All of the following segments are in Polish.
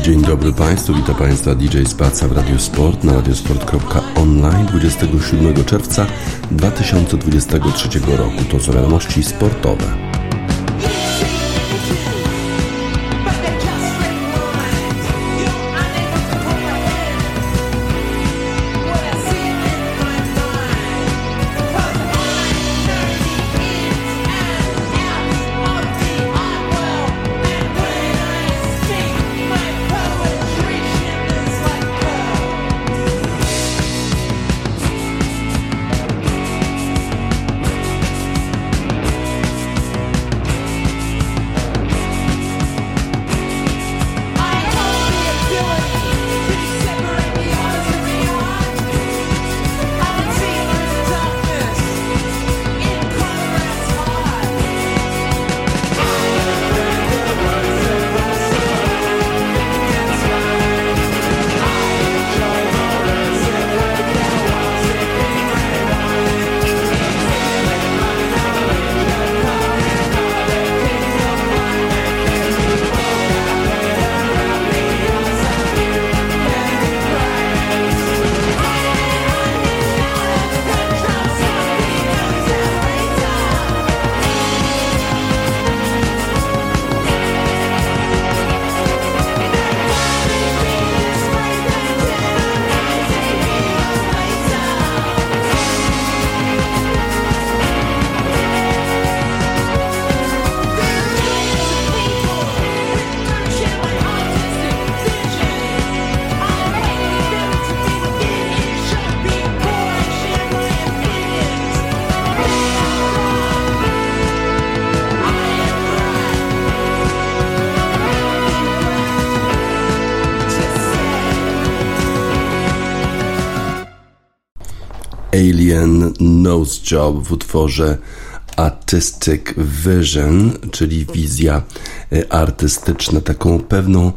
Dzień dobry Państwu, witam Państwa DJ Spaca w Radio Sport na radiosport.online 27 czerwca 2023 roku. To są wiadomości sportowe. Alien Nose Job w utworze Artistic Vision, czyli wizja artystyczna. Taką pewną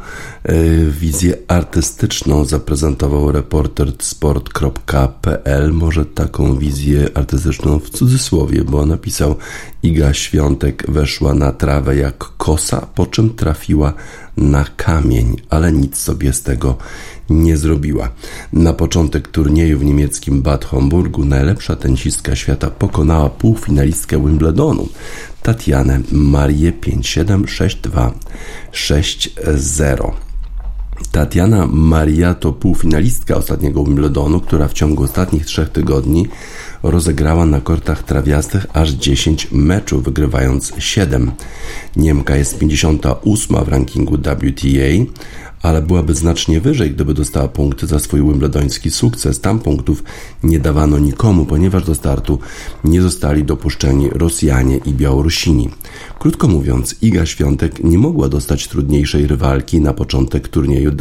wizję artystyczną zaprezentował reporter sport.pl. Może taką wizję artystyczną w cudzysłowie, bo napisał: Iga Świątek weszła na trawę jak kosa, po czym trafiła na kamień, ale nic sobie z tego nie zrobiła. Na początek turnieju w niemieckim Bad Homburgu najlepsza tenisistka świata pokonała półfinalistkę Wimbledonu, Tatianę Marię 5-7, 6-2, 6-0. Tatiana Maria to półfinalistka ostatniego Wimbledonu, która w ciągu ostatnich 3 tygodni rozegrała na kortach trawiastych aż 10 meczów, wygrywając 7. Niemka jest 58 w rankingu WTA, ale byłaby znacznie wyżej, gdyby dostała punkty za swój wimbledoński sukces. Tam punktów nie dawano nikomu, ponieważ do startu nie zostali dopuszczeni Rosjanie i Białorusini. Krótko mówiąc, Iga Świątek nie mogła dostać trudniejszej rywalki na początek turnieju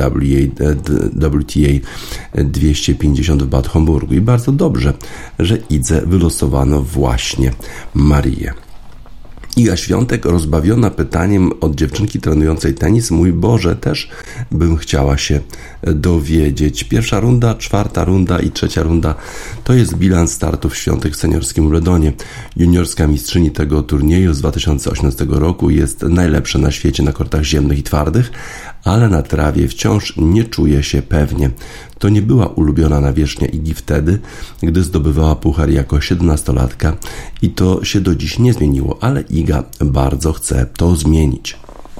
WTA 250 w Bad Homburgu i bardzo dobrze, że Idze wylosowano właśnie Marię. Iga Świątek, rozbawiona pytaniem od dziewczynki trenującej tenis: mój Boże, też bym chciała się dowiedzieć. 1. runda, 4. runda i 3. runda to jest bilans startów Świątek w seniorskim Wimbledonie. Juniorska mistrzyni tego turnieju z 2018 roku jest najlepsza na świecie na kortach ziemnych i twardych, ale na trawie wciąż nie czuje się pewnie. To nie była ulubiona nawierzchnia Igi wtedy, gdy zdobywała puchar jako 17-latka i to się do dziś nie zmieniło, ale Iga bardzo chce to zmienić.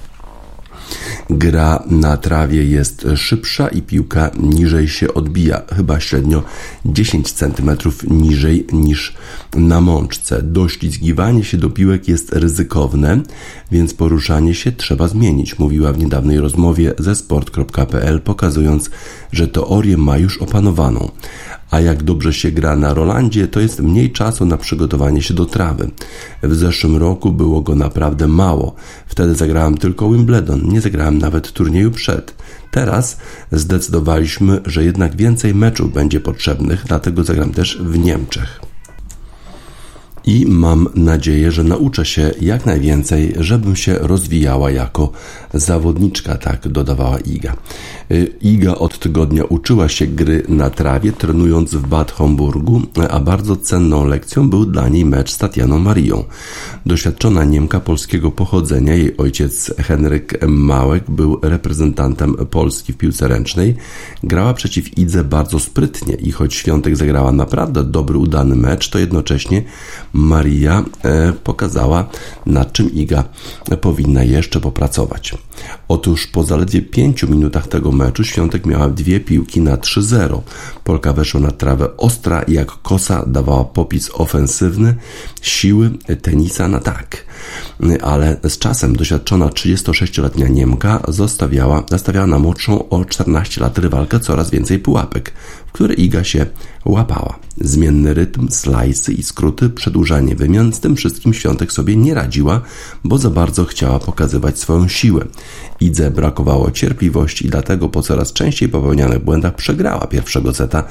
Gra na trawie jest szybsza i piłka niżej się odbija, chyba średnio 10 cm niżej niż na mączce. Doślizgiwanie się do piłek jest ryzykowne, więc poruszanie się trzeba zmienić, mówiła w niedawnej rozmowie ze sport.pl, pokazując, że teorię ma już opanowaną. A jak dobrze się gra na Rolandzie, to jest mniej czasu na przygotowanie się do trawy. W zeszłym roku było go naprawdę mało. Wtedy zagrałem tylko Wimbledon, nie zagrałem nawet turnieju przed. Teraz zdecydowaliśmy, że jednak więcej meczów będzie potrzebnych, dlatego zagram też w Niemczech. i mam nadzieję, że nauczę się jak najwięcej, żebym się rozwijała jako zawodniczka, tak dodawała Iga. Iga od tygodnia uczyła się gry na trawie, trenując w Bad Homburgu, a bardzo cenną lekcją był dla niej mecz z Tatianą Marią. Doświadczona Niemka polskiego pochodzenia, jej ojciec Henryk Małek był reprezentantem Polski w piłce ręcznej, grała przeciw Idze bardzo sprytnie i choć Świątek zagrała naprawdę dobry, udany mecz, to jednocześnie Maria pokazała, nad czym Iga powinna jeszcze popracować. Otóż po zaledwie 5 minutach tego meczu Świątek miała 2 piłki na 3-0. Polka weszła na trawę ostra i jak kosa dawała popis ofensywny, siły tenisa na tak. Ale z czasem doświadczona 36-letnia Niemka nastawiała na młodszą o 14 lat rywalkę coraz więcej pułapek, w które Iga się łapała. Zmienny rytm, slajsy i skróty, przedłużanie wymian, z tym wszystkim Świątek sobie nie radziła, bo za bardzo chciała pokazywać swoją siłę. Idze brakowało cierpliwości i dlatego po coraz częściej popełnianych błędach przegrała pierwszego seta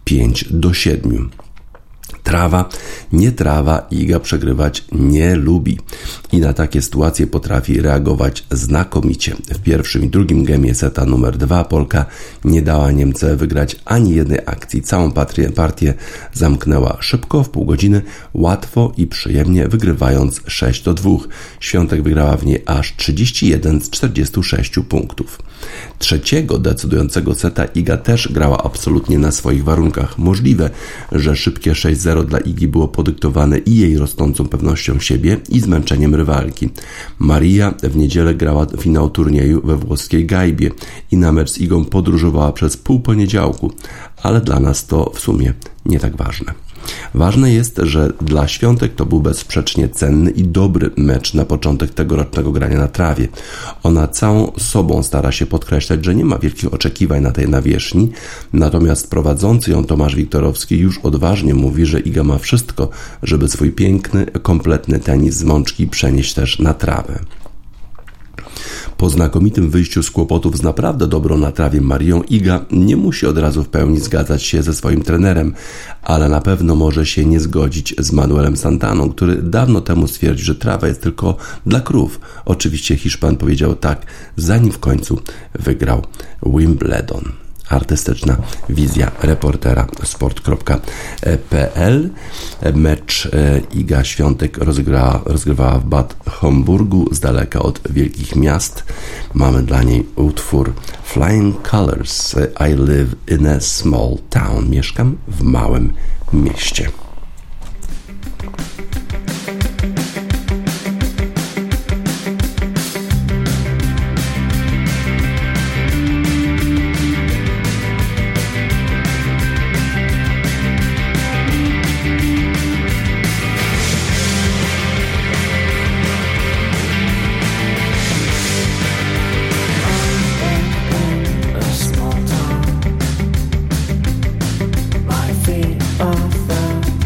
5-7. Trawa, nie trawa, Iga przegrywać nie lubi i na takie sytuacje potrafi reagować znakomicie. W pierwszym i drugim gemie seta numer 2 Polka nie dała Niemce wygrać ani jednej akcji. Całą partię zamknęła szybko, w pół godziny, łatwo i przyjemnie, wygrywając 6-2. Świątek wygrała w niej aż 31 z 46 punktów. Trzeciego decydującego seta Iga też grała absolutnie na swoich warunkach. Możliwe, że szybkie 6-0 dla Igi było podyktowane i jej rosnącą pewnością siebie i zmęczeniem rywalki. Maria w niedzielę grała finał turnieju we włoskiej Gaibie i na mecz z Igą podróżowała przez pół poniedziałku, ale dla nas to w sumie nie tak ważne. Ważne jest, że dla Świątek to był bezsprzecznie cenny i dobry mecz na początek tegorocznego grania na trawie. Ona całą sobą stara się podkreślać, że nie ma wielkich oczekiwań na tej nawierzchni, natomiast prowadzący ją Tomasz Wiktorowski już odważnie mówi, że Iga ma wszystko, żeby swój piękny, kompletny tenis z mączki przenieść też na trawę. Po znakomitym wyjściu z kłopotów z naprawdę dobrą na trawie Marią, Iga nie musi od razu w pełni zgadzać się ze swoim trenerem, ale na pewno może się nie zgodzić z Manuelem Santaną, który dawno temu stwierdził, że trawa jest tylko dla krów. Oczywiście Hiszpan powiedział tak, zanim w końcu wygrał Wimbledon. Artystyczna wizja reportera sport.pl. Mecz Iga Świątek rozgrywała w Bad Homburgu, z daleka od wielkich miast. Mamy dla niej utwór Flying Colors. I live in a small town. Mieszkam w małym mieście. Off the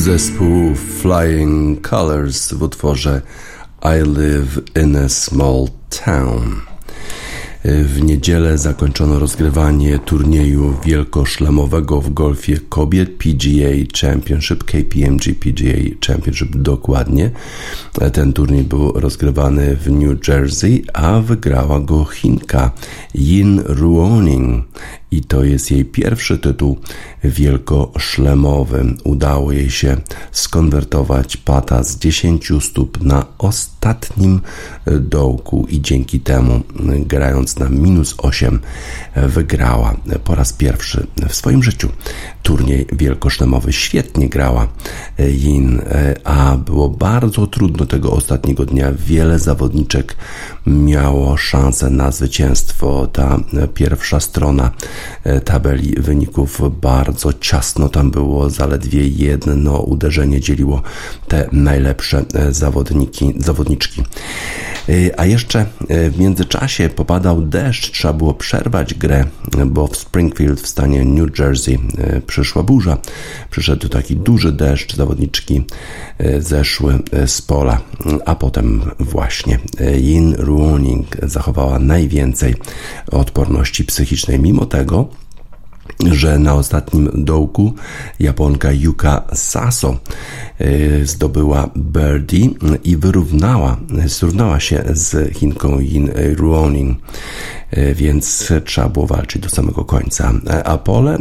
Zespół Flying Colours w utworze I Live in a Small Town. W niedzielę zakończono rozgrywanie turnieju wielkoszlemowego w golfie kobiet PGA Championship, KPMG PGA Championship dokładnie. Ten turniej był rozgrywany w New Jersey, a wygrała go Chinka Yin Ruoning. I to jest jej pierwszy tytuł wielkoszlemowy. Udało jej się skonwertować pata z 10 stóp na ostatnim dołku i dzięki temu, grając na -8, wygrała po raz pierwszy w swoim życiu turniej wielkoszlemowy. Świetnie grała Yin, a było bardzo trudno tego ostatniego dnia. Wiele zawodniczek miało szansę na zwycięstwo. Ta pierwsza strona tabeli wyników bardzo ciasno tam było, zaledwie jedno uderzenie dzieliło te najlepsze zawodniczki. A jeszcze w międzyczasie popadał deszcz, trzeba było przerwać grę, bo w Springfield w stanie New Jersey przyszła burza, przyszedł taki duży deszcz, zawodniczki zeszły z pola, a potem właśnie Yin Ruoning zachowała najwięcej odporności psychicznej, mimo tego, że na ostatnim dołku Japonka Yuka Saso zdobyła birdie i zrównała się z Chinką Yin Ruoning, więc trzeba było walczyć do samego końca. A pole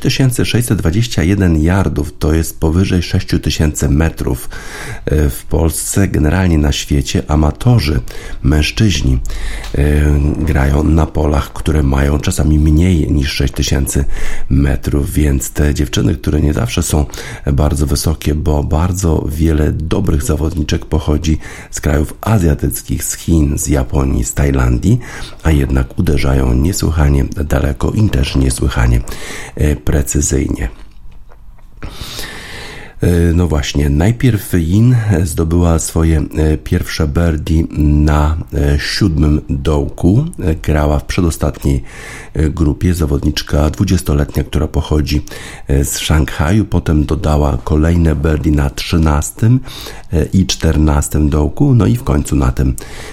6621 yardów, to jest powyżej 6000 metrów. W Polsce, generalnie na świecie, amatorzy, mężczyźni grają na polach, które mają czasami mniej niż 6000 metrów, więc te dziewczyny, które nie zawsze są bardzo wysokie, bo bardzo wiele dobrych zawodniczek pochodzi z krajów azjatyckich, z Chin, z Japonii, z Tajlandii, a jednak uderzają niesłychanie daleko i też niesłychanie precyzyjnie. No właśnie, najpierw Yin zdobyła swoje pierwsze birdie na 7. dołku. Grała w przedostatniej grupie, zawodniczka 20-letnia, która pochodzi z Szanghaju. Potem dodała kolejne birdie na 13. i 14. dołku, no i w końcu na tym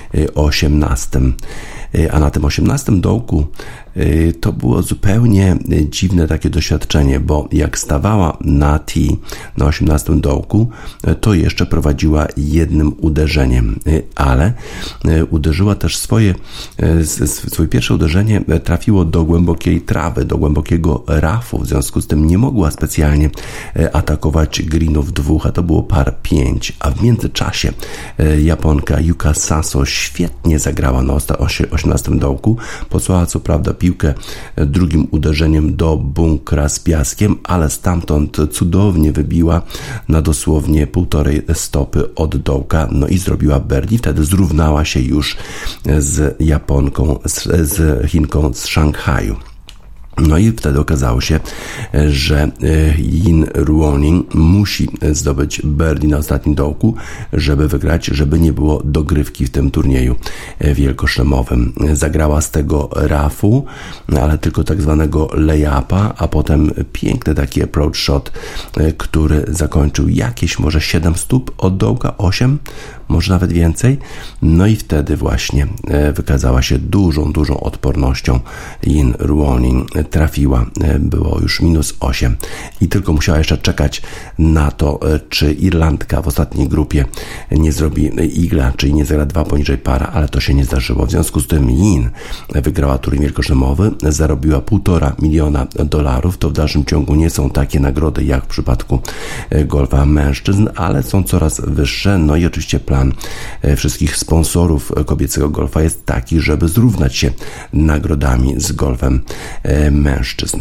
18. A na tym 18. dołku to było zupełnie dziwne takie doświadczenie, bo jak stawała na tee na 18. dołku, to jeszcze prowadziła jednym uderzeniem, ale uderzyła też swoje pierwsze uderzenie trafiło do głębokiej trawy, do głębokiego rafu, w związku z tym nie mogła specjalnie atakować greenów dwóch, a to było par 5, a w międzyczasie Japonka Yuka Saso świetnie zagrała na 18. dołku, posłała co prawda piłkę drugim uderzeniem do bunkra z piaskiem, ale stamtąd cudownie wybiła na dosłownie 1,5 stopy od dołka, no i zrobiła birdie. Wtedy zrównała się już z Japonką, z Chinką z Szanghaju. No i wtedy okazało się, że Yin Ruoning musi zdobyć birdie na ostatnim dołku, żeby wygrać, żeby nie było dogrywki w tym turnieju wielkoszlemowym. Zagrała z tego rafu, ale tylko tak zwanego lay-upa, a potem piękny taki approach shot, który zakończył jakieś może 7 stóp od dołka, 8, może nawet więcej. No i wtedy właśnie wykazała się dużą odpornością Yin Ruoning. Trafiła, było już -8 i tylko musiała jeszcze czekać na to, czy Irlandka w ostatniej grupie nie zrobi igla, czyli nie zagra 2 poniżej para, ale to się nie zdarzyło. W związku z tym Yin wygrała turniej wielkoszlemowy, zarobiła $1,5 miliona. To w dalszym ciągu nie są takie nagrody jak w przypadku golfa mężczyzn, ale są coraz wyższe. No i oczywiście plan wszystkich sponsorów kobiecego golfa jest taki, żeby zrównać się nagrodami z golfem mężczyzn.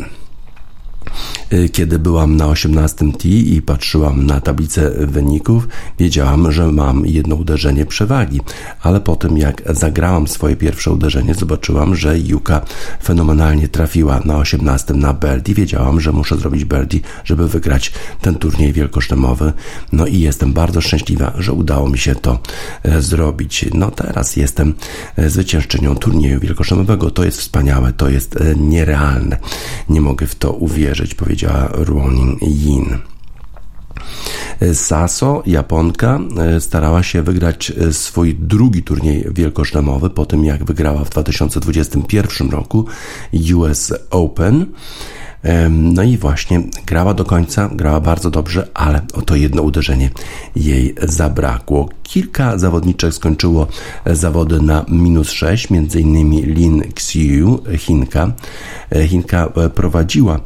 Kiedy byłam na 18. tee i patrzyłam na tablicę wyników, wiedziałam, że mam jedno uderzenie przewagi, ale po tym jak zagrałam swoje pierwsze uderzenie, zobaczyłam, że Yuka fenomenalnie trafiła na 18. na birdie. Wiedziałam, że muszę zrobić birdie, żeby wygrać ten turniej wielkoszlemowy. No i jestem bardzo szczęśliwa, że udało mi się to zrobić. No teraz jestem zwyciężczynią turnieju wielkoszlemowego. To jest wspaniałe, to jest nierealne. Nie mogę w to uwierzyć, powiedziała Ruoning Yin. Saso, Japonka, starała się wygrać swój drugi turniej wielkoszlemowy po tym, jak wygrała w 2021 roku US Open. No i właśnie grała do końca, grała bardzo dobrze, ale o to jedno uderzenie jej zabrakło. Kilka zawodniczek skończyło zawody na -6, m.in. Lin Xiu, Chinka. Chinka prowadziła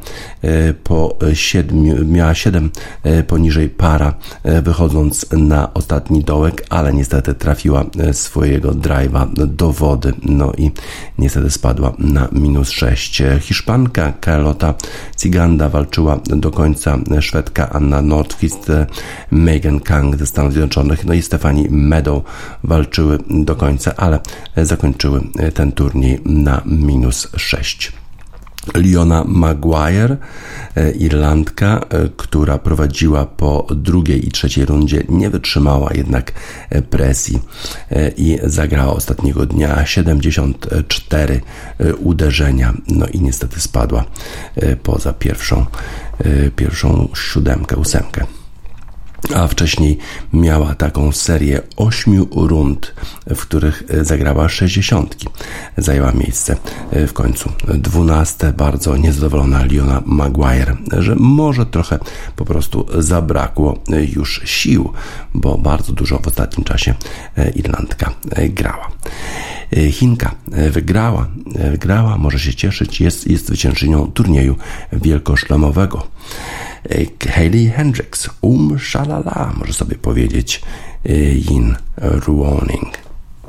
miała 7 poniżej para, wychodząc na ostatni dołek, ale niestety trafiła swojego drive'a do wody, no i niestety spadła na -6. Hiszpanka Carlota Ciganda walczyła do końca, Szwedka Anna Nordqvist, Megan Kang ze Stanów Zjednoczonych, no i Stephanie Meadow walczyły do końca, ale zakończyły ten turniej na -6. Leona Maguire, Irlandka, która prowadziła po drugiej i trzeciej rundzie, nie wytrzymała jednak presji i zagrała ostatniego dnia 74 uderzenia, no i niestety spadła poza pierwszą 8. A wcześniej miała taką serię 8 rund, w których zagrała 60. Zajęła miejsce w końcu 12. Bardzo niezadowolona Leona Maguire, że może trochę po prostu zabrakło już sił, bo bardzo dużo w ostatnim czasie Irlandka grała. Chinka wygrała, może się cieszyć, jest zwyciężczynią turnieju wielkoszlemowego. Hailey Hendricks, Shalala, może sobie powiedzieć Yin Ruoning.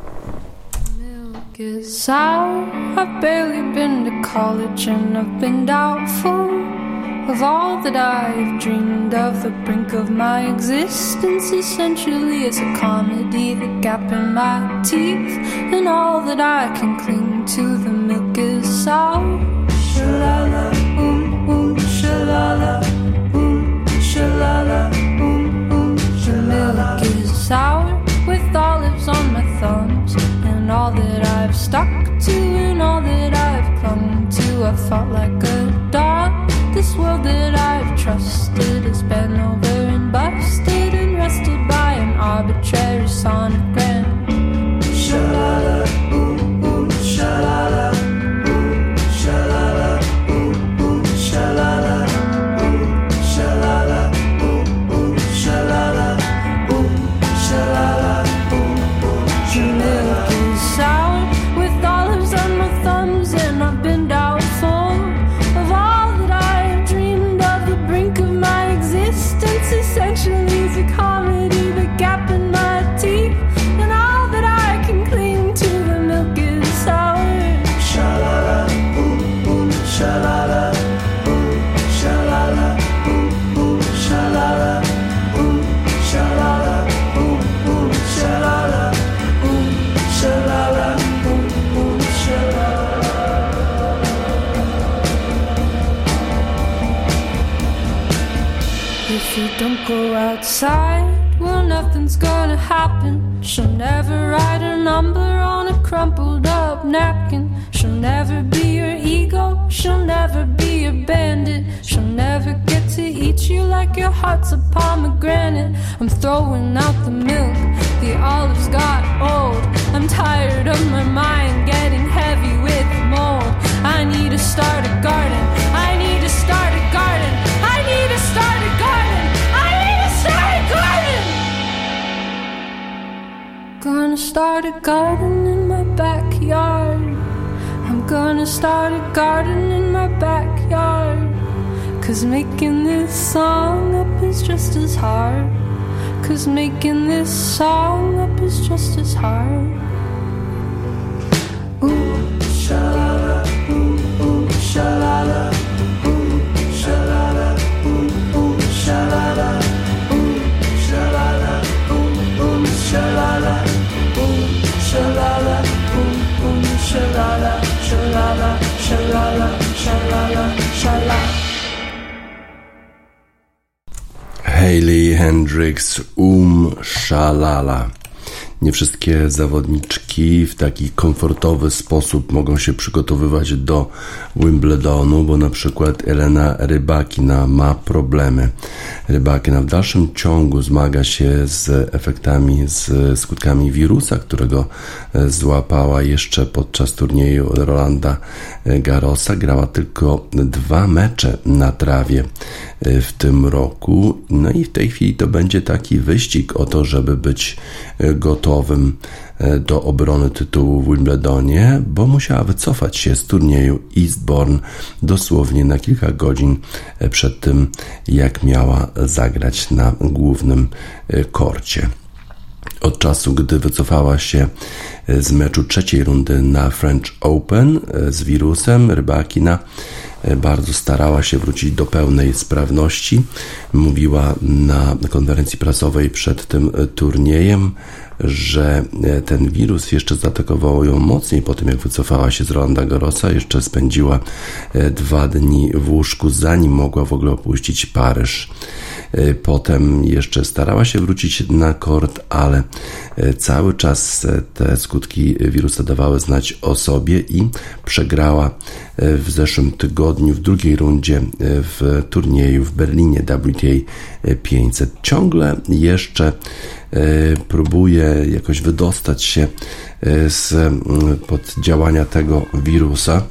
Milk is sour, I've barely been to college and I've been doubtful of all that I've dreamed of. The brink of my existence essentially is a comedy, the gap in my teeth and all that I can cling to. The milk is sour, shalala, shalala. Shalala, the milk is sour with olives on my thumbs, and all that I've stuck to and all that I've clung to. I fought like a dog. This world that I've trusted has been over and busted and rested by an arbitrary sonogram. Shalala, shalala, shalala, shalala. Don't go outside, well nothing's gonna happen. She'll never write a number on a crumpled up napkin. She'll never be your ego, she'll never be your bandit. She'll never get to eat you like your heart's a pomegranate. I'm throwing out the milk, the olives got old. I'm tired of my mind getting heavy with mold. I need to start a garden, I need to start a garden, I need to start a garden, I need to start a garden. Gonna start a garden in my backyard. I'm gonna start a garden in my backyard. 'Cause making this song up is just as hard. 'Cause making this song up is just as hard. Ooh, shalala, ooh, shalala, shalala, shalala, shalala, shalala, shalala, shalala, shalala, shalala, shalala, shalala. Hailey Hendricks, Shalala. Nie wszystkie zawodniczki w taki komfortowy sposób mogą się przygotowywać do Wimbledonu, bo na przykład Elena Rybakina ma problemy. Rybakina w dalszym ciągu zmaga się z efektami, z skutkami wirusa, którego złapała jeszcze podczas turnieju Rolanda Garrosa. Grała tylko 2 mecze na trawie w tym roku. No i w tej chwili to będzie taki wyścig o to, żeby być gotowym do obrony tytułu w Wimbledonie, bo musiała wycofać się z turnieju Eastbourne dosłownie na kilka godzin przed tym, jak miała zagrać na głównym korcie. Od czasu, gdy wycofała się z meczu 3. rundy na French Open z wirusem, Rybakina bardzo starała się wrócić do pełnej sprawności. Mówiła na konferencji prasowej przed tym turniejem, że ten wirus jeszcze zaatakował ją mocniej po tym, jak wycofała się z Rolanda Garrosa. Jeszcze spędziła 2 dni w łóżku, zanim mogła w ogóle opuścić Paryż. Potem jeszcze starała się wrócić na kort, ale cały czas te skutki wirusa dawały znać o sobie i przegrała w zeszłym tygodniu w 2. rundzie w turnieju w Berlinie WTA 500. Ciągle jeszcze próbuje jakoś wydostać się pod działania tego wirusa.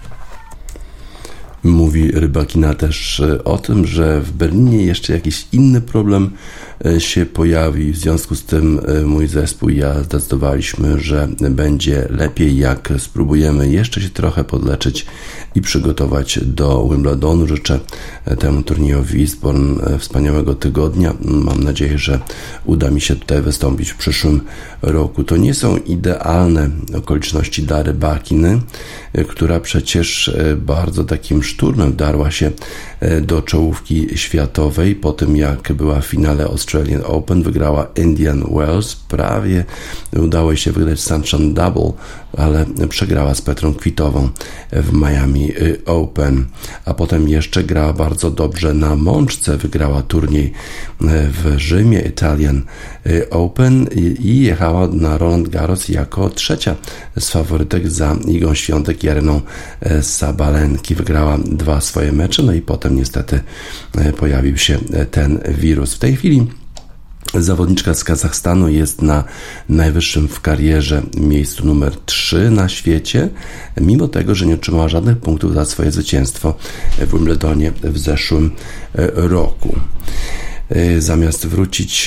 Mówi Rybakina też o tym, że w Berlinie jeszcze jakiś inny problem się pojawi. W związku z tym mój zespół i ja zdecydowaliśmy, że będzie lepiej, jak spróbujemy jeszcze się trochę podleczyć i przygotować do Wimbledonu. Życzę temu turniejowi Eastbourne wspaniałego tygodnia. Mam nadzieję, że uda mi się tutaj wystąpić w przyszłym roku. To nie są idealne okoliczności dla Rybakiny, która przecież bardzo takim szturmem wdarła się do czołówki światowej po tym, jak była w finale Australian Open, wygrała Indian Wells, prawie udało jej się wygrać Sunshine Double, ale przegrała z Petrą Kvitową w Miami Open, a potem jeszcze grała bardzo dobrze na mączce, wygrała turniej w Rzymie Italian Open i jechała na Roland Garros jako 3. z faworytek za Igą Świątek i Areną Sabalenki. Wygrała 2 swoje mecze, no i potem niestety pojawił się ten wirus. W tej chwili zawodniczka z Kazachstanu jest na najwyższym w karierze miejscu numer 3 na świecie, mimo tego, że nie otrzymała żadnych punktów za swoje zwycięstwo w Wimbledonie w zeszłym roku. Zamiast wrócić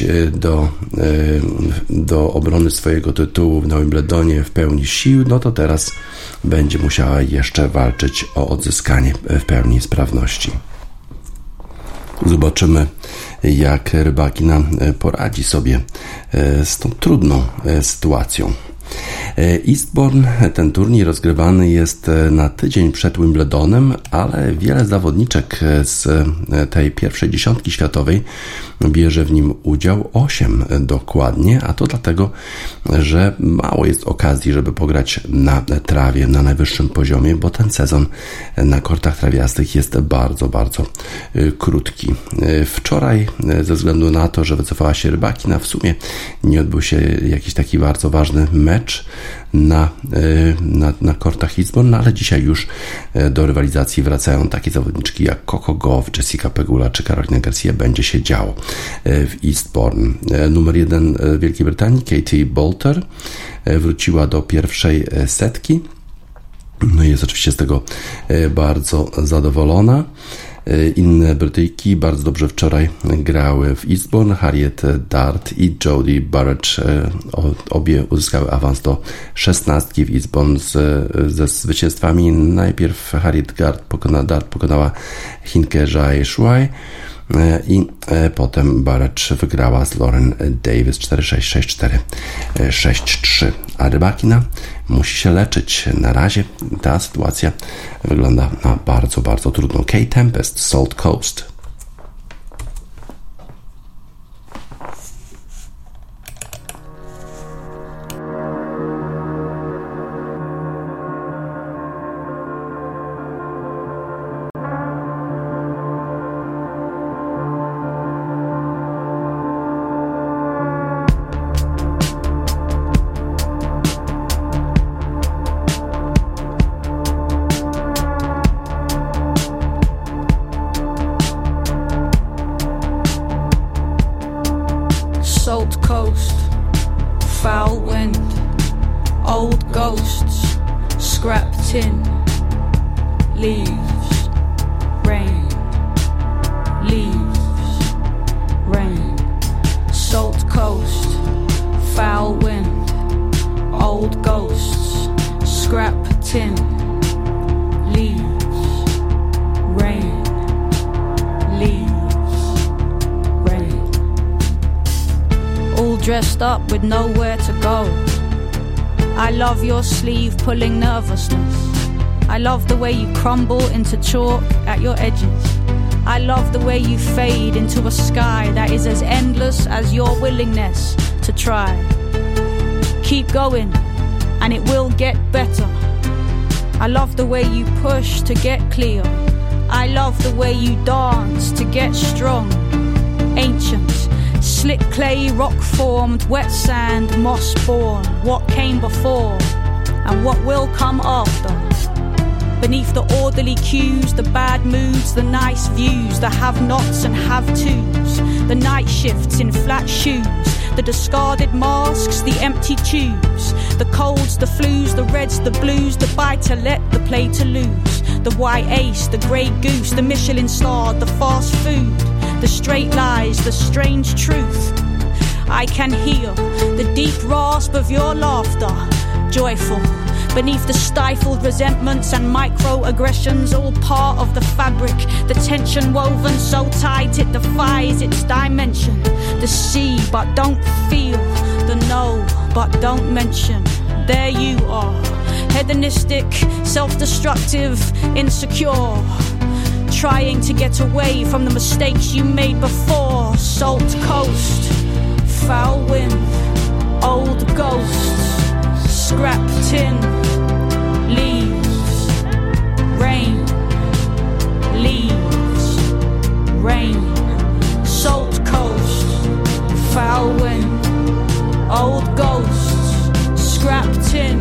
do obrony swojego tytułu na Wimbledonie w pełni sił, no to teraz będzie musiała jeszcze walczyć o odzyskanie w pełni sprawności. Zobaczymy, jak Rybakina poradzi sobie z tą trudną sytuacją. Eastbourne, ten turniej rozgrywany jest na tydzień przed Wimbledonem, ale wiele zawodniczek z tej pierwszej 10 światowej bierze w nim udział, 8 dokładnie, a to dlatego, że mało jest okazji, żeby pograć na trawie na najwyższym poziomie, bo ten sezon na kortach trawiastych jest bardzo, bardzo krótki. Wczoraj, ze względu na to, że wycofała się Rybakina, w sumie nie odbył się jakiś taki bardzo ważny mecz na kortach Eastbourne, no ale dzisiaj już do rywalizacji wracają takie zawodniczki jak Coco Gauff, Jessica Pegula czy Carolina Garcia. Będzie się działo w Eastbourne. Numer 1 Wielkiej Brytanii, Katie Boulter, wróciła do pierwszej setki. No i jest oczywiście z tego bardzo zadowolona. Inne Brytyjki bardzo dobrze wczoraj grały w Eastbourne. Harriet Dart i Jodie Barrett obie uzyskały awans do 16 w Eastbourne ze zwycięstwami. Najpierw Harriet Dart pokonała Chinkę Zhai Shuai i potem Barrett wygrała z Lauren Davis 4-6, 6-4, 6-3. A Rybakina musi się leczyć. Na razie ta sytuacja wygląda na bardzo, bardzo trudną. Kay Tempest, Salt Coast. scrap tin, leaves, rain, leaves, rain, salt coast, foul wind, old ghosts, scrap tin, leaves, rain, leaves, rain. All dressed up with nowhere to go. I love your sleeve pulling nervousness. I love the way you crumble into chalk at your edges. I love the way you fade into a sky that is as endless as your willingness to try. Keep going, and it will get better. I love the way you push to get clear. I love the way you dance to get strong. Ancient, slick clay, rock formed, wet sand, moss born. What came before, and what will come after. Beneath the orderly cues, the bad moods, the nice views, the have-nots and have-tos, the night shifts in flat shoes, the discarded masks, the empty tubes, the colds, the flus, the reds, the blues, the buy-to-let, the play-to-lose, the white ace, the grey goose, the Michelin star, the fast food, the straight lies, the strange truth. I can hear the deep rasp of your laughter, joyful, beneath the stifled resentments and microaggressions, all part of the fabric, the tension woven so tight it defies its dimension. The see but don't feel, the know but don't mention. There you are, hedonistic, self-destructive, insecure, trying to get away from the mistakes you made before. Salt coast, foul wind, old ghosts, scrap tin, leaves, rain, leaves, rain, salt coast, foul wind, old ghosts, scrap tin,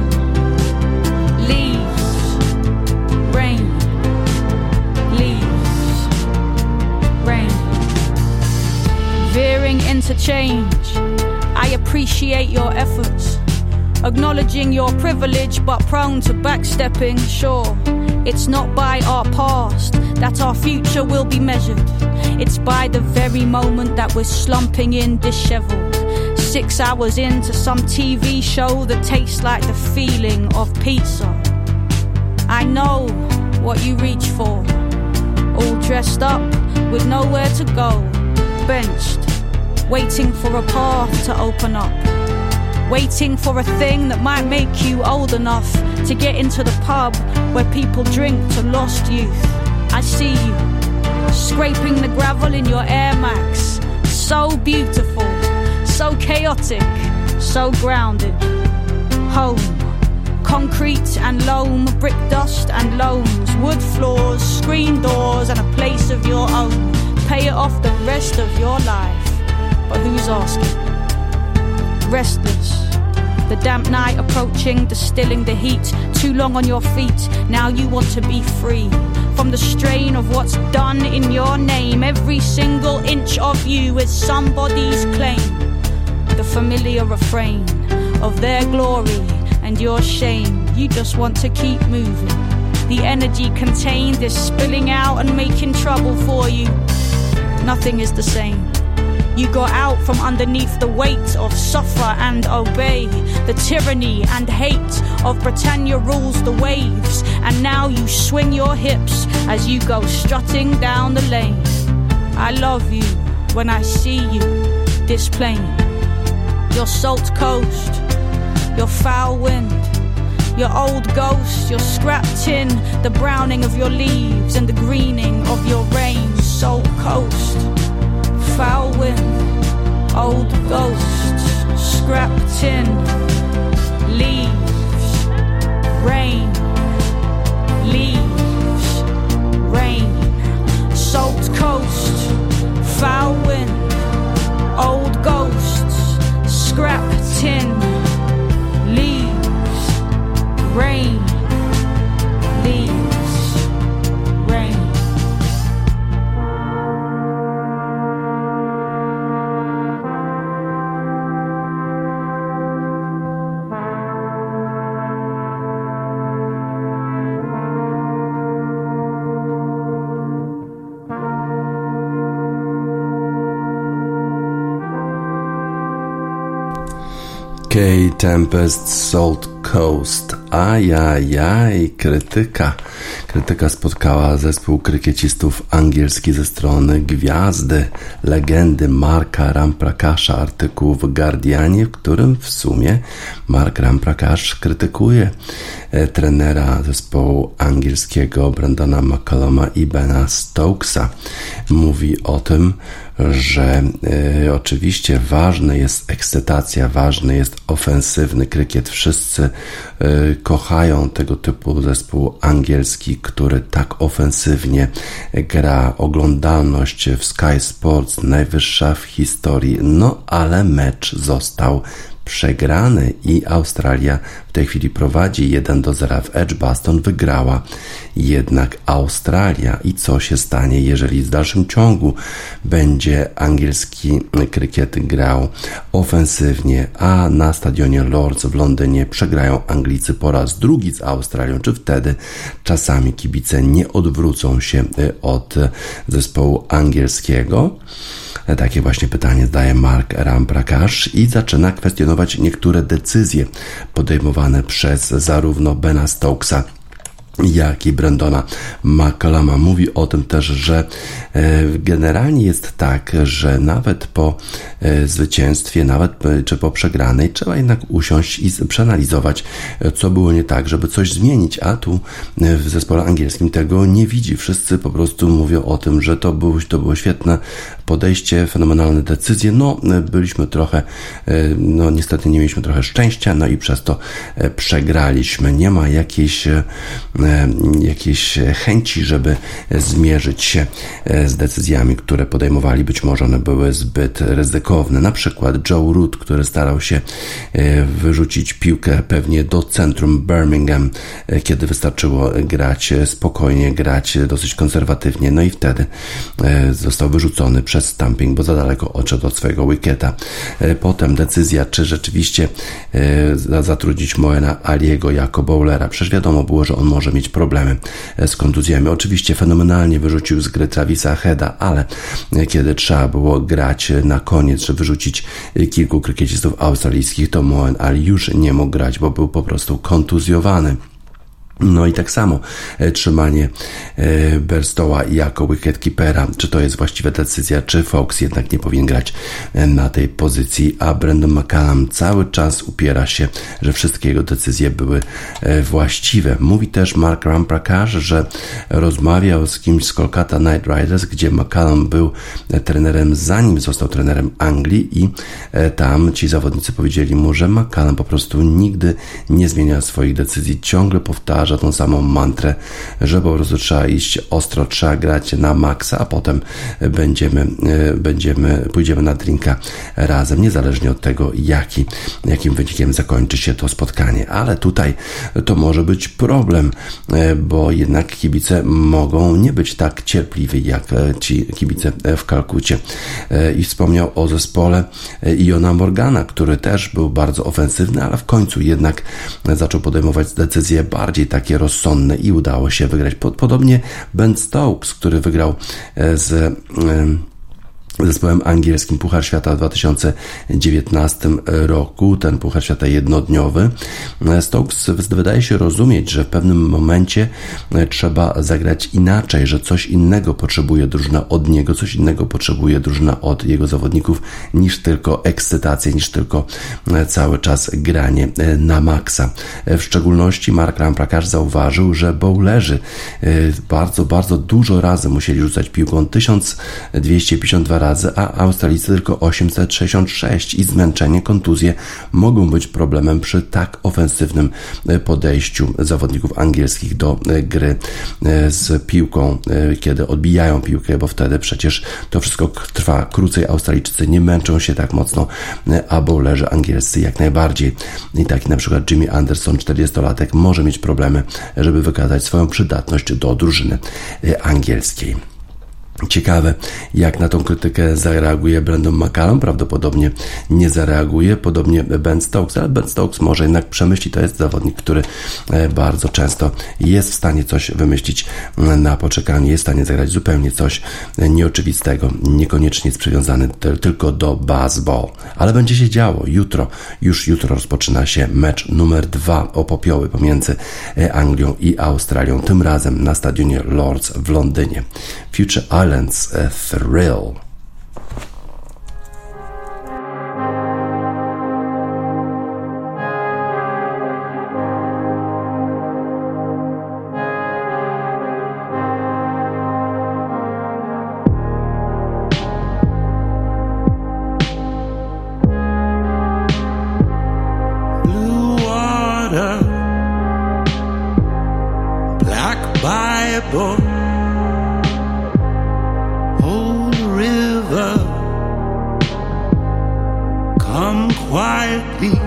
leaves, rain, leaves, rain. Veering into change, I appreciate your efforts. Acknowledging your privilege but prone to backstepping, sure. It's not by our past that our future will be measured. It's by the very moment that we're slumping in disheveled. 6 hours into some TV show that tastes like the feeling of pizza. I know what you reach for. All dressed up with nowhere to go. Benched, waiting for a path to open up. Waiting for a thing that might make you old enough to get into the pub where people drink to lost youth. I see you, scraping the gravel in your Air Max. So beautiful, so chaotic, so grounded. Home, concrete and loam, brick dust and loams, wood floors, screen doors and a place of your own. Pay it off the rest of your life, but who's asking? Restless, the damp night approaching, distilling the heat. Too long on your feet, now you want to be free from the strain of what's done in your name. Every single inch of you is somebody's claim. The familiar refrain of their glory and your shame. You just want to keep moving. The energy contained is spilling out and making trouble for you. Nothing is the same. You got out from underneath the weight of suffer and obey, the tyranny and hate of Britannia rules the waves, and now you swing your hips as you go strutting down the lane. I love you when I see you, this plain. Your salt coast, your foul wind, your old ghost, your scrap tin, the browning of your leaves and the greening of your rain. Salt coast, foul wind, old ghosts, scrap tin, leaves, rain, leaves, rain, salt coast, foul wind, old ghosts, scrap tin, leaves, rain, leaves, rain. Tempest, Salt Coast. Ajajaj, krytyka spotkała zespół krykiecistów angielski ze strony gwiazdy, legendy Marka Ramprakaша. Artykuł w Guardianie, w którym w sumie Mark Ramprakash krytykuje trenera zespołu angielskiego Brendana McCulluma i Bena Stokesa. Mówi o tym, że oczywiście ważna jest ekscytacja, ważny jest ofensywny krykiet. Wszyscy kochają tego typu zespół angielski, który tak ofensywnie gra. Oglądalność w Sky Sports najwyższa w historii, no ale mecz został przegrany i Australia w tej chwili prowadzi 1-0 w Edgbaston. Wygrała jednak Australia. I co się stanie, jeżeli w dalszym ciągu będzie angielski krykiet grał ofensywnie, a na stadionie Lord's w Londynie przegrają Anglicy po raz drugi z Australią? Czy wtedy czasami kibice nie odwrócą się od zespołu angielskiego? Takie właśnie pytanie zadaje Mark Ramprakash i zaczyna kwestionować niektóre decyzje podejmowane przez zarówno Bena Stokesa, jak i Brendana McCulluma. Mówi o tym też, że generalnie jest tak, że nawet po zwycięstwie, nawet czy po przegranej, trzeba jednak usiąść i przeanalizować, co było nie tak, żeby coś zmienić, a tu w zespole angielskim tego nie widzi. Wszyscy po prostu mówią o tym, że to było świetne podejście, fenomenalne decyzje. Byliśmy trochę, niestety nie mieliśmy trochę szczęścia, i przez to przegraliśmy. Nie ma jakiejś chęci, żeby zmierzyć się z decyzjami, które podejmowali. Być może one były zbyt ryzykowne. Na przykład Joe Root, który starał się wyrzucić piłkę pewnie do centrum Birmingham, kiedy wystarczyło grać spokojnie, grać dosyć konserwatywnie, i wtedy został wyrzucony przez stumping, bo za daleko odszedł od swojego wicketa. Potem decyzja, czy rzeczywiście zatrudnić Moena Aliego jako bowlera. Przecież wiadomo było, że on może mieć problemy z kontuzjami. Oczywiście fenomenalnie wyrzucił z gry Travisa Heada, ale kiedy trzeba było grać na koniec, żeby wyrzucić kilku krykiecistów australijskich, to Moeen Ali już nie mógł grać, bo był po prostu kontuzjowany. I tak samo trzymanie Bairstowa jako wicketkeepera, czy to jest właściwa decyzja, czy Fox jednak nie powinien grać na tej pozycji, a Brendan McCullum cały czas upiera się, że wszystkie jego decyzje były właściwe. Mówi też Mark Ramprakash, że rozmawiał z kimś z Kolkata Knight Riders, gdzie McCullum był trenerem, zanim został trenerem Anglii, i tam ci zawodnicy powiedzieli mu, że McCullum po prostu nigdy nie zmienia swoich decyzji, ciągle powtarza tą samą mantrę, że po prostu trzeba iść ostro, trzeba grać na maksa, a potem pójdziemy na drinka razem, niezależnie od tego, jakim wynikiem zakończy się to spotkanie. Ale tutaj to może być problem, bo jednak kibice mogą nie być tak cierpliwi, jak ci kibice w Kalkucie. I wspomniał o zespole Iona Morgana, który też był bardzo ofensywny, ale w końcu jednak zaczął podejmować decyzje bardziej takie rozsądne i udało się wygrać. Podobnie Ben Stokes, który wygrał z zespołem angielskim Puchar Świata w 2019 roku, ten Puchar Świata jednodniowy. Stokes wydaje się rozumieć, że w pewnym momencie trzeba zagrać inaczej, że coś innego potrzebuje drużyna od niego, coś innego potrzebuje drużyna od jego zawodników niż tylko ekscytację, niż tylko cały czas granie na maksa. W szczególności Mark Ramprakash zauważył, że bowlerzy bardzo, bardzo dużo razy musieli rzucać piłką, 1252 razy, a Australijcy tylko 866, i zmęczenie, kontuzje mogą być problemem przy tak ofensywnym podejściu zawodników angielskich do gry z piłką, kiedy odbijają piłkę, bo wtedy przecież to wszystko trwa krócej. Australijczycy nie męczą się tak mocno, a bowlerzy angielscy jak najbardziej. I taki na przykład Jimmy Anderson, 40-latek, może mieć problemy, żeby wykazać swoją przydatność do drużyny angielskiej. Ciekawe, jak na tą krytykę zareaguje Brandon McCullum. Prawdopodobnie nie zareaguje, podobnie Ben Stokes, ale Ben Stokes może jednak przemyśli. To jest zawodnik, który bardzo często jest w stanie coś wymyślić na poczekaniu, jest w stanie zagrać zupełnie coś nieoczywistego, niekoniecznie jest przywiązany tylko do baseball. Ale będzie się działo. Już jutro rozpoczyna się mecz numer 2 o popioły pomiędzy Anglią i Australią, tym razem na stadionie Lord's w Londynie. Future Islands, a Thrill. Blue water, black Bible, old river, come quietly,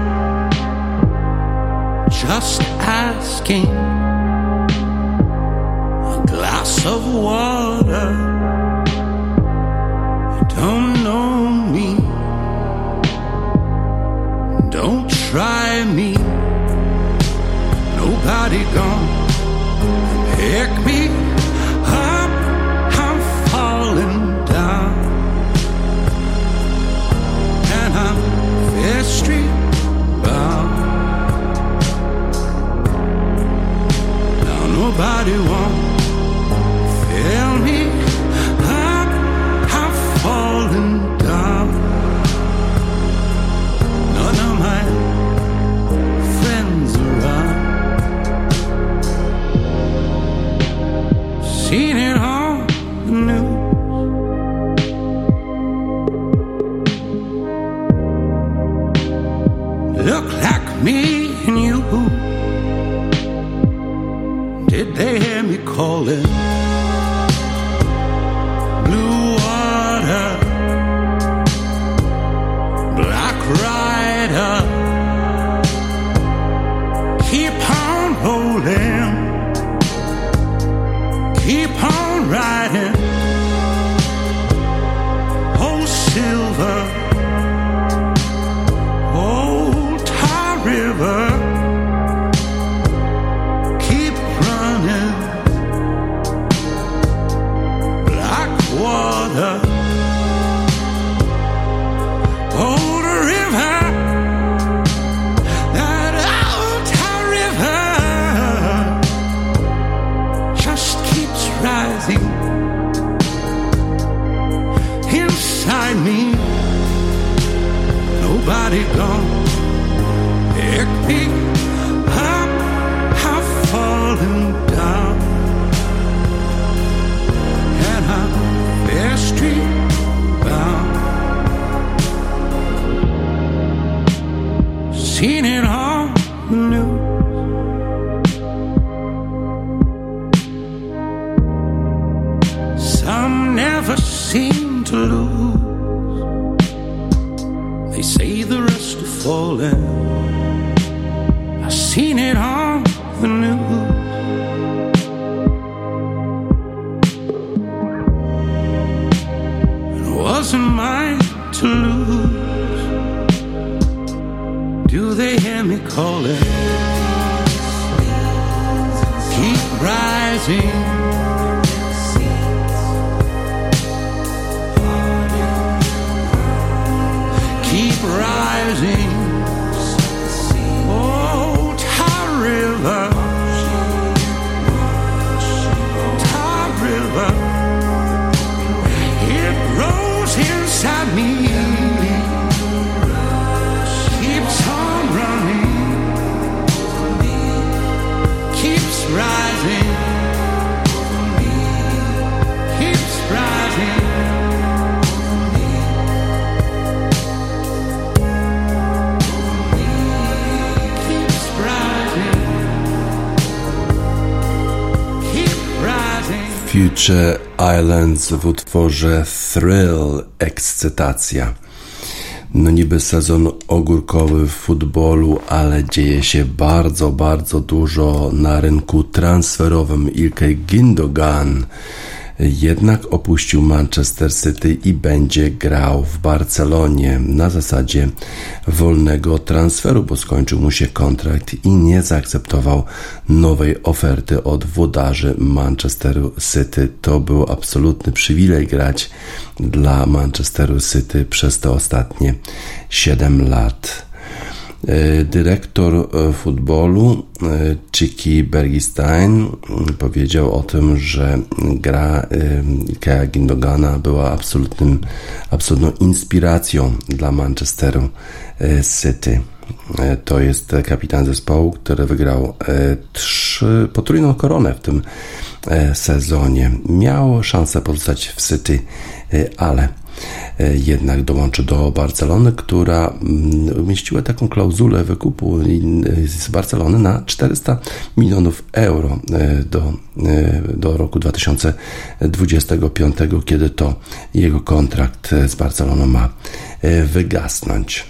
just asking a glass of water. You don't know me, don't try me, nobody gonna pick me up, I'm falling down, and I'm Fair Street bound. Now nobody won't fill me up, I'm falling down. None of my friends around. Seen it on the news. Look like me and you. Did they hear me calling? Blue water, black rider, keep on rolling, keep on riding. Oh, silver, old Tar River, keep running. Black water, old river, that old Tar River just keeps rising inside me. Nobody gonna pick me up, I'm falling down, and I'm Fair Street bound. Seen it on the news. Some never seem to lose. They say the rest are falling. I've seen it on the news. It wasn't mine to lose. Do they hear me calling? Keep rising. Keep rising. Oh, Tar River, Tar River, it rose inside me, keeps on running, keeps rising, keeps rising. Future Islands w utworze Thrill, ekscytacja. No niby sezon ogórkowy w futbolu, ale dzieje się bardzo, bardzo dużo na rynku transferowym. Ilkay Gündoğan jednak opuścił Manchester City i będzie grał w Barcelonie na zasadzie wolnego transferu, bo skończył mu się kontrakt i nie zaakceptował nowej oferty od włodarzy Manchesteru City. To był absolutny przywilej grać dla Manchesteru City przez te ostatnie 7 lat. Dyrektor futbolu Txiki Bergwijn powiedział o tym, że gra Ilkaja Gündogana była absolutną inspiracją dla Manchesteru City. To jest kapitan zespołu, który wygrał potrójną koronę w tym sezonie. Miał szansę pozostać w City, ale jednak dołączy do Barcelony, która umieściła taką klauzulę wykupu z Barcelony na 400 milionów euro do roku 2025, kiedy to jego kontrakt z Barceloną ma wygasnąć.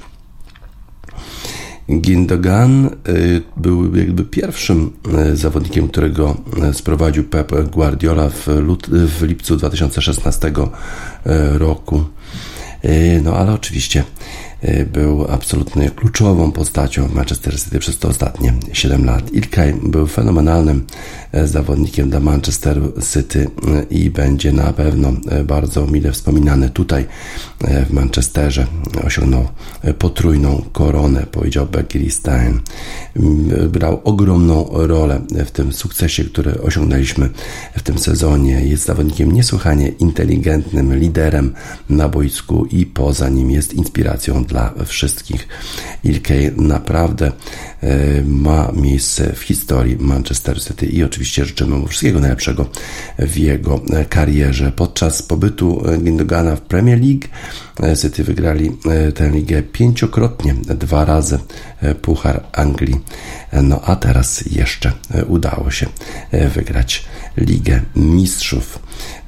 Gündogan był jakby pierwszym zawodnikiem, którego sprowadził Pep Guardiola w lipcu 2016 roku. No ale oczywiście był absolutnie kluczową postacią w Manchester City przez te ostatnie 7 lat. Ilkay był fenomenalnym zawodnikiem dla Manchesteru City i będzie na pewno bardzo mile wspominany tutaj w Manchesterze. Osiągnął potrójną koronę, powiedział Bergwijn. Grał ogromną rolę w tym sukcesie, który osiągnęliśmy w tym sezonie. Jest zawodnikiem niesłychanie inteligentnym, liderem na boisku i poza nim jest inspiracją dla wszystkich. Ilkay naprawdę ma miejsce w historii Manchester City i oczywiście życzymy mu wszystkiego najlepszego w jego karierze. Podczas pobytu Gündogana w Premier League City wygrali tę ligę 5-krotnie, 2 razy Puchar Anglii. No a teraz jeszcze udało się wygrać Ligę Mistrzów.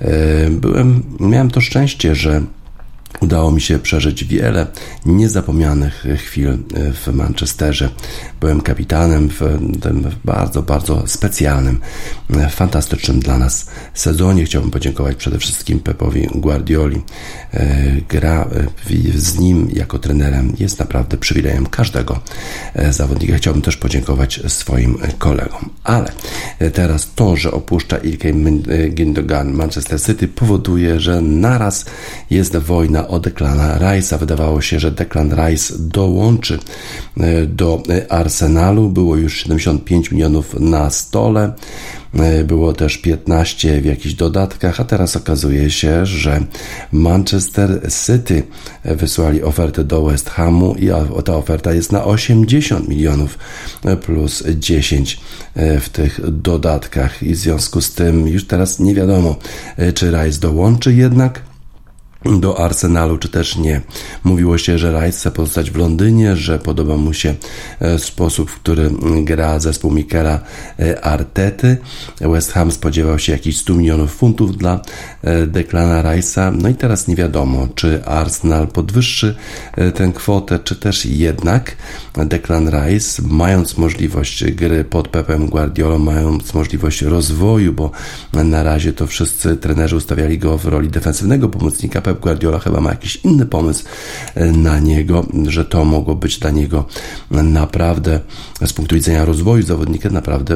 Miałem to szczęście, że udało mi się przeżyć wiele niezapomnianych chwil w Manchesterze. Byłem kapitanem w tym bardzo, bardzo specjalnym, fantastycznym dla nas sezonie. Chciałbym podziękować przede wszystkim Pepowi Guardioli. Gra z nim jako trenerem jest naprawdę przywilejem każdego zawodnika. Chciałbym też podziękować swoim kolegom. Ale teraz to, że opuszcza Ilkay Gündogan Manchester City, powoduje, że naraz jest wojna o Declana Rice'a. Wydawało się, że Declan Rice dołączy do Arsenalu. Było już 75 milionów na stole. Było też 15 w jakichś dodatkach, a teraz okazuje się, że Manchester City wysłali ofertę do West Hamu i ta oferta jest na 80 milionów plus 10 w tych dodatkach i w związku z tym już teraz nie wiadomo, czy Rice dołączy jednak do Arsenalu, czy też nie. Mówiło się, że Rice chce pozostać w Londynie, że podoba mu się sposób, w który gra zespół Mikela Artety. West Ham spodziewał się jakichś 100 milionów funtów dla Declana Rice'a. No i teraz nie wiadomo, czy Arsenal podwyższy tę kwotę, czy też jednak Declan Rice, mając możliwość gry pod Pepem Guardiolą, mając możliwość rozwoju, bo na razie to wszyscy trenerzy ustawiali go w roli defensywnego pomocnika. Pep Guardiola chyba ma jakiś inny pomysł na niego, że to mogło być dla niego naprawdę z punktu widzenia rozwoju zawodnika naprawdę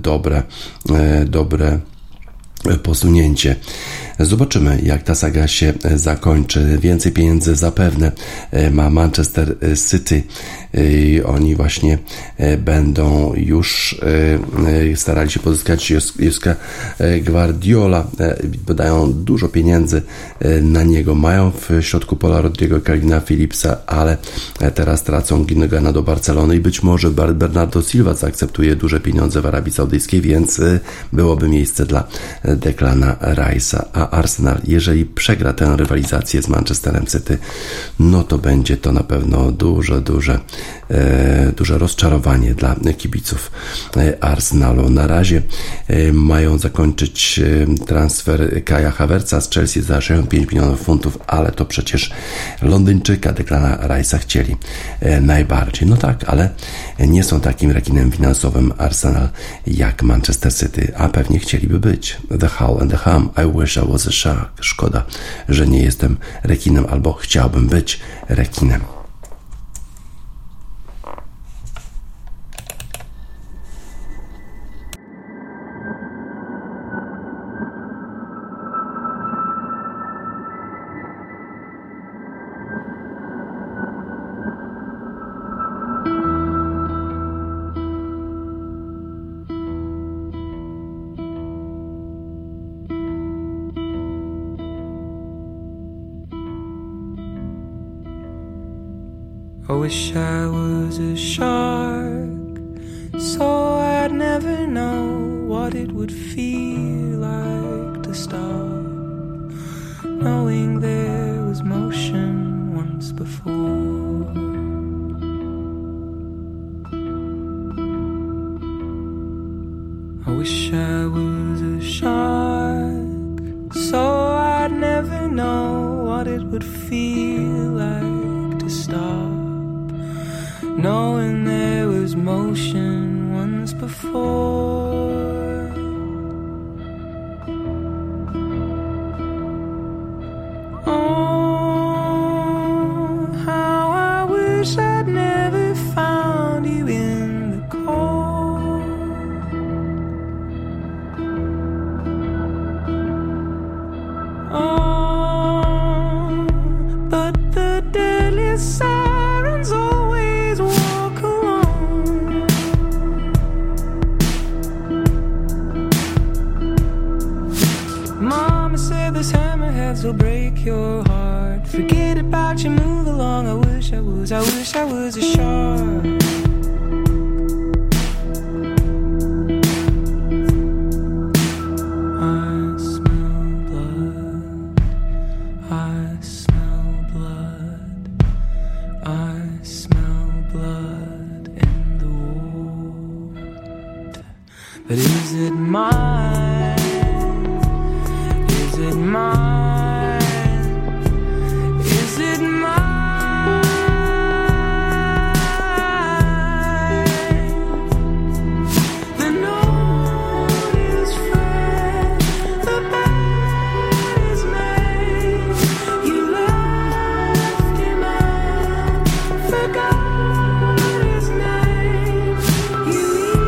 dobre posunięcie. Zobaczymy, jak ta saga się zakończy. Więcej pieniędzy zapewne ma Manchester City. Oni właśnie będą już starali się pozyskać Josepha Guardiola. Wydają dużo pieniędzy na niego. Mają w środku pola Rodrigo, Calvina Phillipsa, ale teraz tracą Gündogana do Barcelony i być może Bernardo Silva zaakceptuje duże pieniądze w Arabii Saudyjskiej, więc byłoby miejsce dla Declana Rice'a. A Arsenal, jeżeli przegra tę rywalizację z Manchesterem City, no to będzie to na pewno duże rozczarowanie dla kibiców Arsenalu. Na razie mają zakończyć transfer Kaja Havertza z Chelsea za 65 milionów funtów, ale to przecież Londyńczyka Declana Rice'a chcieli najbardziej. No tak, ale nie są takim rekinem finansowym Arsenal jak Manchester City, a pewnie chcieliby być. The The How and the Hum, I wish I was a shark. Szkoda, że nie jestem rekinem, albo chciałbym być rekinem. I wish I was a shark, so I'd never know what it would feel like to stop, knowing there was motion once before. I wish I was a shark, so I'd never know what it would feel like to stop, knowing there was motion once before. Oh, how I wish I'd never found you in the cold. Oh, but the deadly sirens always walk alone. Mama said this hammerheads will break your heart. Forget about you, move along. I wish I was a shark. But is it mine? Is it mine? Is it mine? The note is fresh, the bed is made. You left him out, forgot his name. You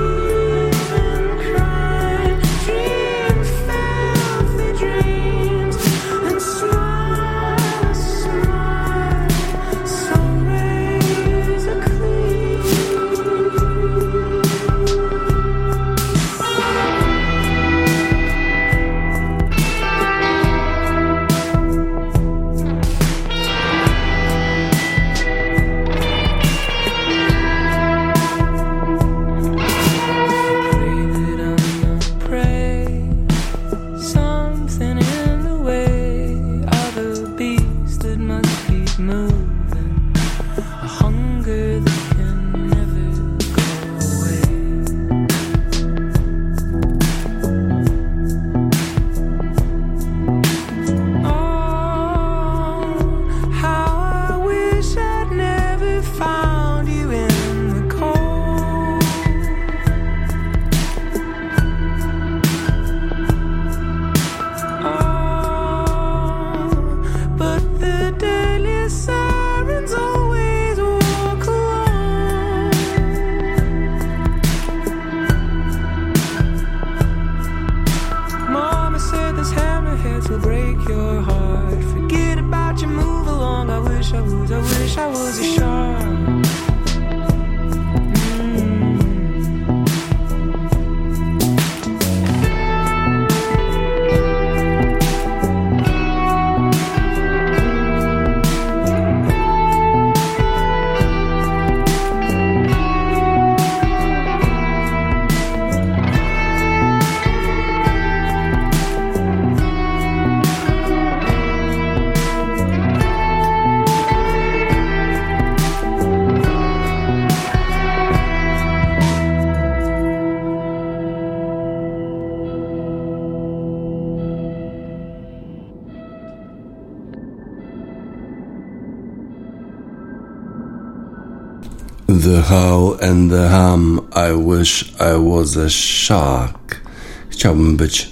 The How and the Hum, I wish I was a shark. Chciałbym być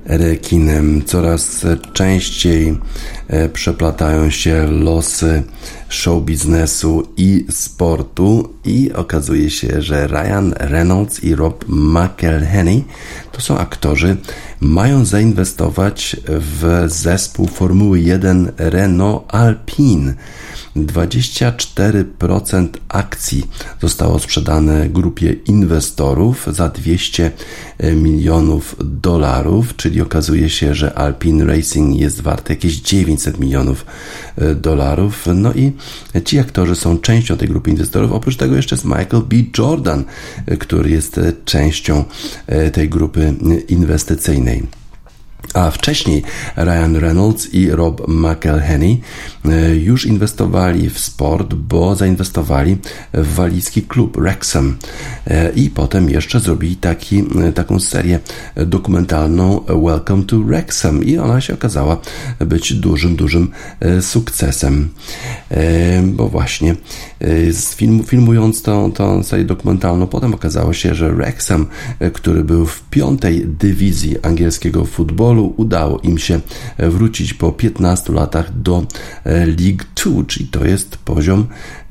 rekinem. Coraz częściej przeplatają się losy show biznesu i sportu i okazuje się, że Ryan Reynolds i Rob McElhenney to są aktorzy, mają zainwestować w zespół Formuły 1 Renault Alpine. 24% akcji zostało sprzedane grupie inwestorów za $200 milionów, czyli okazuje się, że Alpine Racing jest warte jakieś $900 milionów. No i ci aktorzy są częścią tej grupy inwestorów. Oprócz tego jeszcze jest Michael B. Jordan, który jest częścią tej grupy inwestycyjnej. A wcześniej Ryan Reynolds i Rob McElhenney już inwestowali w sport, bo zainwestowali w walijski klub Wrexham i potem jeszcze zrobili taką serię dokumentalną Welcome to Wrexham i ona się okazała być dużym sukcesem, bo właśnie filmując tą serię dokumentalną potem okazało się, że Wrexham, który był w 5. dywizji angielskiego futbolu, udało im się wrócić po 15 latach do League 2, czyli to jest poziom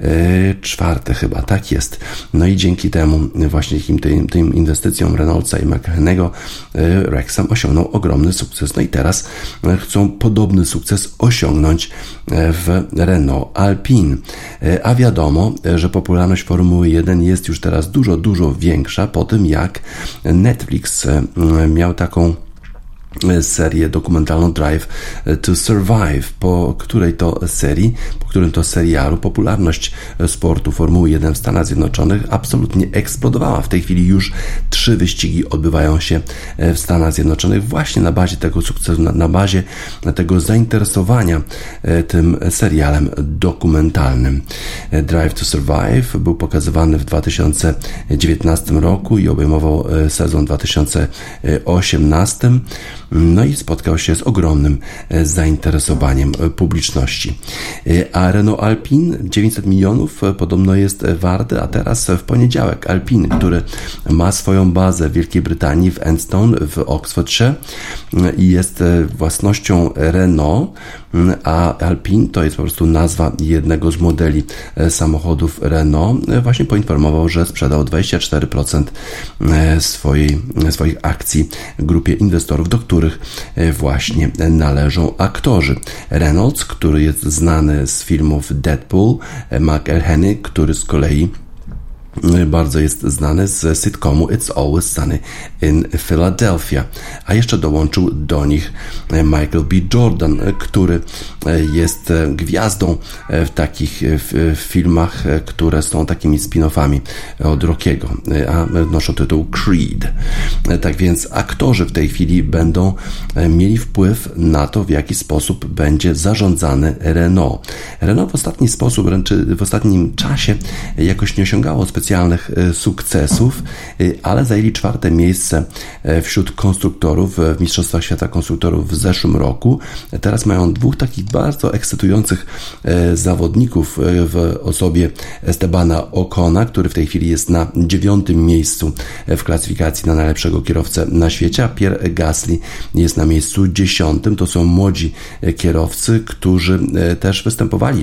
4 chyba, tak jest. No i dzięki temu właśnie tym inwestycjom Reynoldsa i McElhenney'ego Wrexham osiągnął ogromny sukces. No i teraz chcą podobny sukces osiągnąć w Renault Alpine. A wiadomo, że popularność Formuły 1 jest już teraz dużo większa po tym, jak Netflix miał taką serię dokumentalną Drive to Survive, po którym to serialu popularność sportu Formuły 1 w Stanach Zjednoczonych absolutnie eksplodowała. W tej chwili już 3 wyścigi odbywają się w Stanach Zjednoczonych właśnie na bazie tego sukcesu, na bazie tego zainteresowania tym serialem dokumentalnym. Drive to Survive był pokazywany w 2019 roku i obejmował sezon 2018. No i spotkał się z ogromnym zainteresowaniem publiczności. A Renault Alpine 900 milionów podobno jest warty, a teraz w poniedziałek Alpine, który ma swoją bazę w Wielkiej Brytanii, w Enstone, w Oxfordshire i jest własnością Renault, a Alpine to jest po prostu nazwa jednego z modeli samochodów Renault, właśnie poinformował, że sprzedał 24% swoich akcji grupie inwestorów, do których właśnie należą aktorzy. Reynolds, który jest znany z filmów Deadpool, McElhenney, który z kolei bardzo jest znany z sitcomu It's Always Sunny in Philadelphia. A jeszcze dołączył do nich Michael B. Jordan, który jest gwiazdą w takich filmach, które są takimi spin-offami od Rockiego, a noszą tytuł Creed. Tak więc aktorzy w tej chwili będą mieli wpływ na to, w jaki sposób będzie zarządzany Renault. Renault w ostatnim czasie jakoś nie osiągało specjalnych sukcesów, ale zajęli 4. miejsce wśród konstruktorów w Mistrzostwach Świata Konstruktorów w zeszłym roku. Teraz mają 2 takich bardzo ekscytujących zawodników w osobie Estebana Ocona, który w tej chwili jest na 9. miejscu w klasyfikacji na najlepszego kierowcę na świecie, a Pierre Gasly jest na miejscu 10. To są młodzi kierowcy, którzy też występowali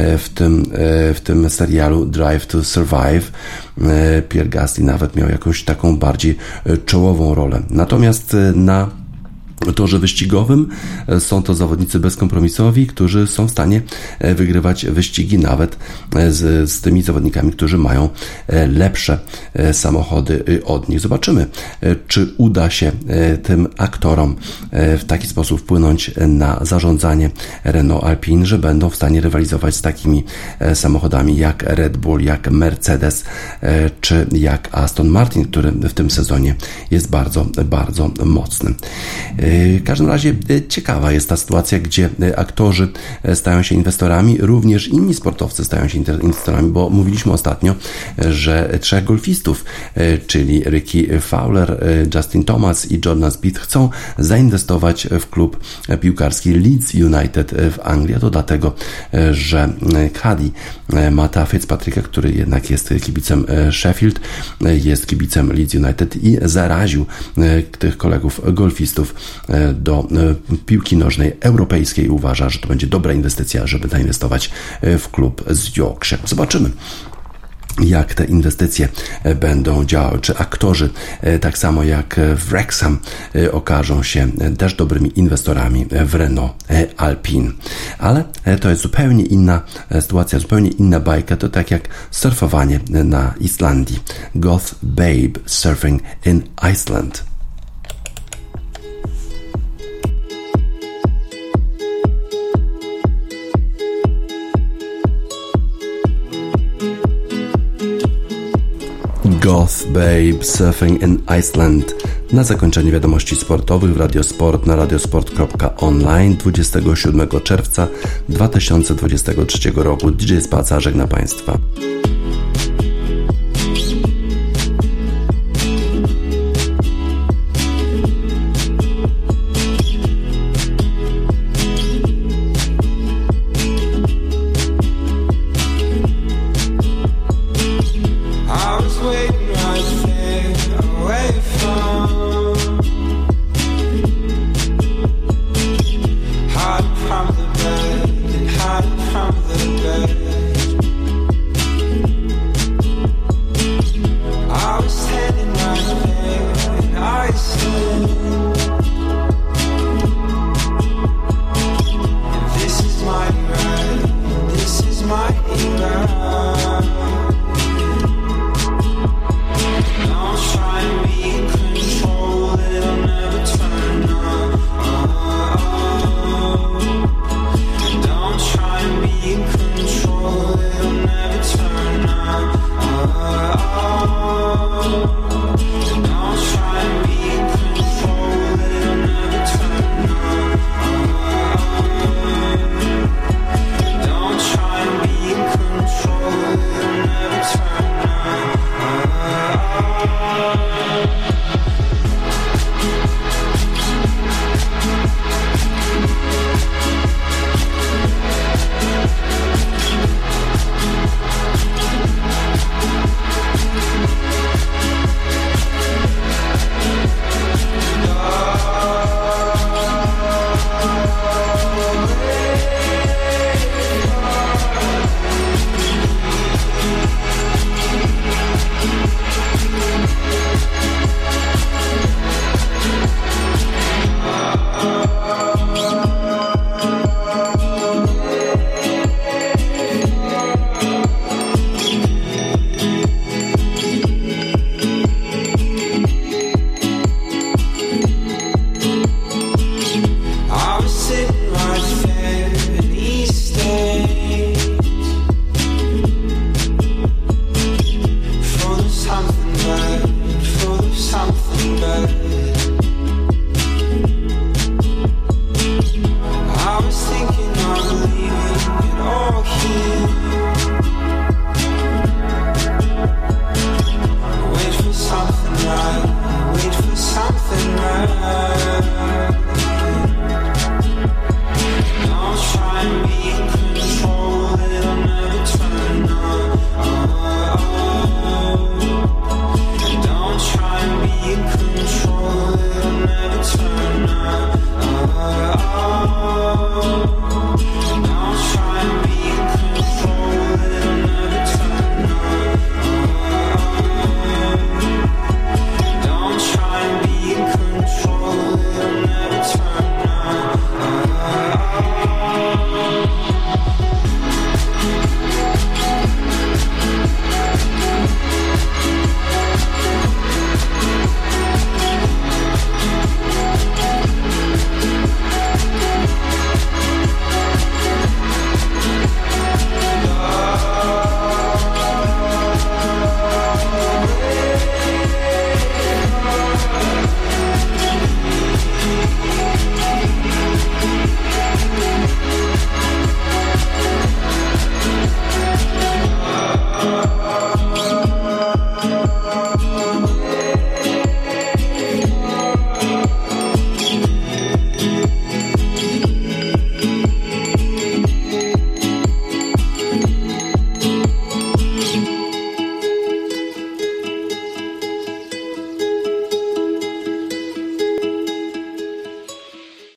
w tym serialu Drive to Survive. Pierre Gasly nawet miał jakąś taką bardziej czołową rolę. Natomiast na torze wyścigowym są to zawodnicy bezkompromisowi, którzy są w stanie wygrywać wyścigi nawet z tymi zawodnikami, którzy mają lepsze samochody od nich. Zobaczymy, czy uda się tym aktorom w taki sposób wpłynąć na zarządzanie Renault Alpine, że będą w stanie rywalizować z takimi samochodami jak Red Bull, jak Mercedes, czy jak Aston Martin, który w tym sezonie jest bardzo mocny. W każdym razie ciekawa jest ta sytuacja, gdzie aktorzy stają się inwestorami, również inni sportowcy stają się inwestorami, bo mówiliśmy ostatnio, że 3 golfistów, czyli Ricky Fowler, Justin Thomas i Jordan Spieth chcą zainwestować w klub piłkarski Leeds United w Anglii. To dlatego, że caddy Matta Fitzpatricka, który jednak jest kibicem Sheffield, jest kibicem Leeds United i zaraził tych kolegów golfistów do piłki nożnej europejskiej. Uważa, że to będzie dobra inwestycja, żeby zainwestować w klub z Yorkshire. Zobaczymy, jak te inwestycje będą działały, czy aktorzy, tak samo jak Wrexham, okażą się też dobrymi inwestorami w Renault Alpine. Ale to jest zupełnie inna sytuacja, zupełnie inna bajka. To tak jak surfowanie na Islandii. Goth Babe Surfing in Iceland. Goth Babe Surfing in Iceland. Na zakończenie wiadomości sportowych w Radiosport na radiosport.online 27 czerwca 2023 roku. DJ Spaca żegna Państwa. Wait for something right.